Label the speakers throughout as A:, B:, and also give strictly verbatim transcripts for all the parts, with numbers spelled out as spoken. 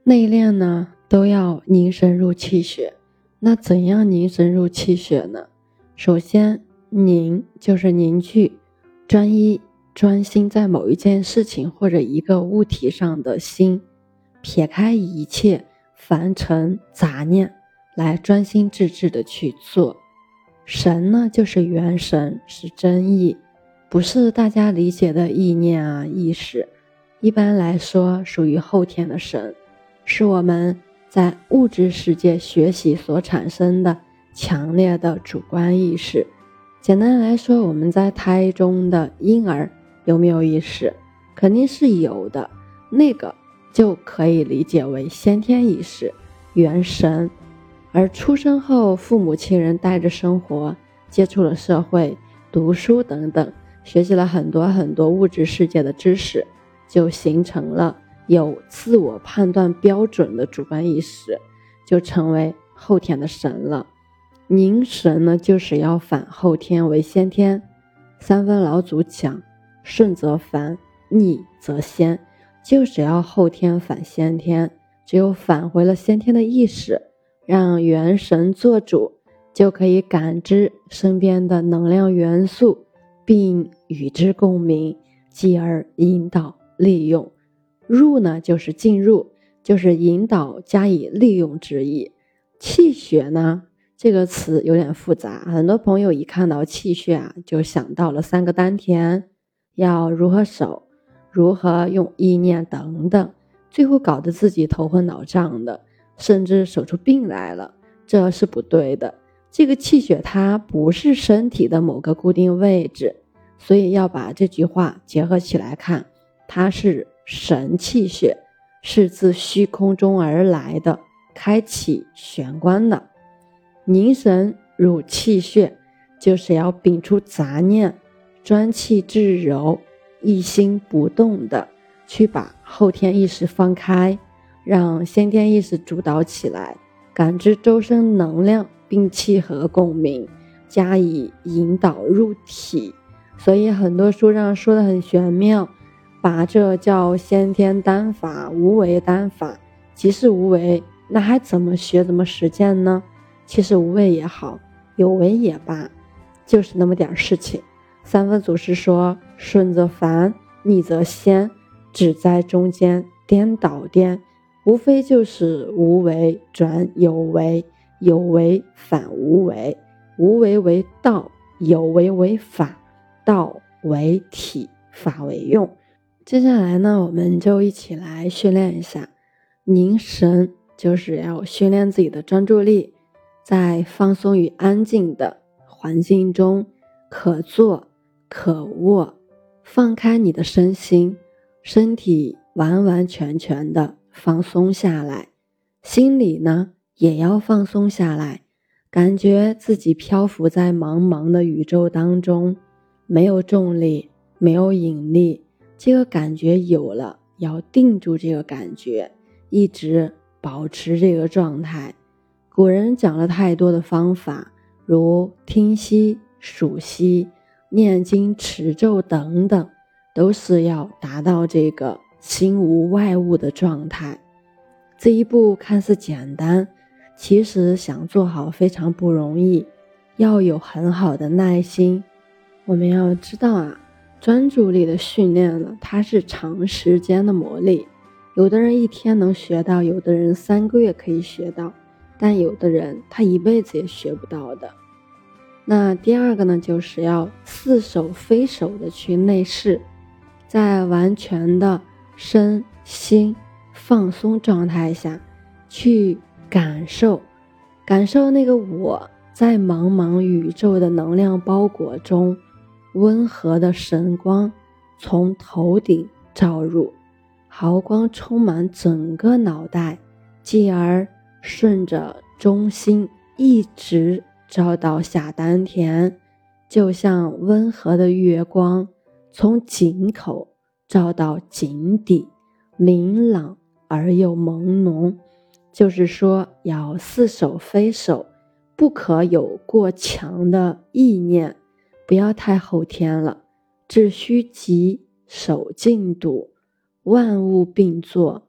A: 内练呢都要凝神入气血，那怎样凝神入气血呢？首先，凝就是凝聚、专一、专心在某一件事情或者一个物体上的心，撇开一切凡尘杂念，来专心致志的去做。神呢就是元神，是真意，不是大家理解的意念啊意识，一般来说属于后天的神，是我们在物质世界学习所产生的强烈的主观意识。简单来说，我们在胎中的婴儿有没有意识？肯定是有的，那个就可以理解为先天意识，元神。而出生后，父母亲人带着生活，接触了社会，读书等等，学习了很多很多物质世界的知识，就形成了有自我判断标准的主观意识，就成为后天的神了。凝神呢，就是要反后天为先天。三分老祖讲，顺则凡，逆则先，就是要后天反先天，只有返回了先天的意识，让元神做主，就可以感知身边的能量元素，并与之共鸣，继而引导利用。入呢就是进入，就是引导加以利用之意。气血呢这个词有点复杂，很多朋友一看到气血啊，就想到了三个丹田，要如何守，如何用意念等等，最后搞得自己头昏脑胀的，甚至守出病来了，这是不对的。这个气血它不是身体的某个固定位置，所以要把这句话结合起来看，它是神气血，是自虚空中而来的，开启玄关的。凝神入气血，就是要摒除杂念，专气致柔，一心不动的去把后天意识放开，让先天意识主导起来，感知周身能量并契合共鸣，加以引导入体。所以很多书上说的很玄妙，把这叫先天丹法、无为丹法。即是无为，那还怎么学怎么实践呢？其实无为也好，有为也罢，就是那么点事情。三分祖师说，顺则凡，逆则先，只在中间颠倒颠，无非就是无为转有为，有为反无为，无为为道，有为为法，道为体，法为用。接下来呢，我们就一起来训练一下凝神，就是要训练自己的专注力，在放松与安静的环境中，可坐可卧，放开你的身心，身体完完全全的放松下来，心里呢也要放松下来，感觉自己漂浮在茫茫的宇宙当中，没有重力，没有引力，这个感觉有了，要定住这个感觉，一直保持这个状态。古人讲了太多的方法，如听息、数息、念经、持咒等等，都是要达到这个心无外物的状态。这一步看似简单，其实想做好非常不容易，要有很好的耐心。我们要知道啊，专注力的训练呢，它是长时间的磨砺，有的人一天能学到，有的人三个月可以学到，但有的人他一辈子也学不到的。那第二个呢，就是要似守非守的去内视，在完全的身心放松状态下去感受感受那个我在茫茫宇宙的能量包裹中，温和的神光从头顶照入，毫光充满整个脑袋，继而顺着中心一直照到下丹田，就像温和的月光从井口照到井底，明朗而又朦胧。就是说要似守非守，不可有过强的意念，不要太后天了，致虚极，守静笃，万物并作，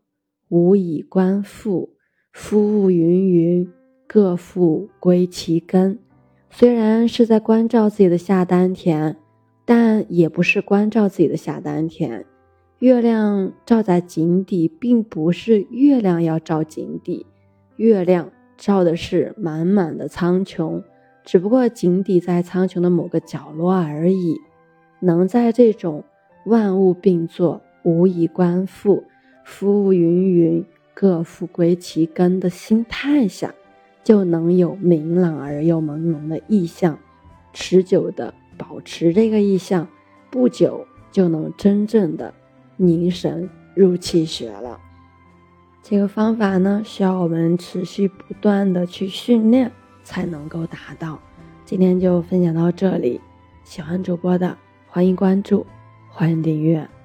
A: 无以观复，夫物芸芸，各复归其根。虽然是在关照自己的下丹田，但也不是关照自己的下丹田。月亮照在井底，并不是月亮要照井底，月亮照的是满满的苍穹，只不过井底在苍穹的某个角落而已。能在这种万物并作，无以观复，夫物芸芸，各复归其根的心态下，就能有明朗而又朦胧的意象，持久的保持这个意象，不久就能真正的凝神入气血了。这个方法呢，需要我们持续不断的去训练才能够达到。今天就分享到这里，喜欢主播的欢迎关注，欢迎订阅。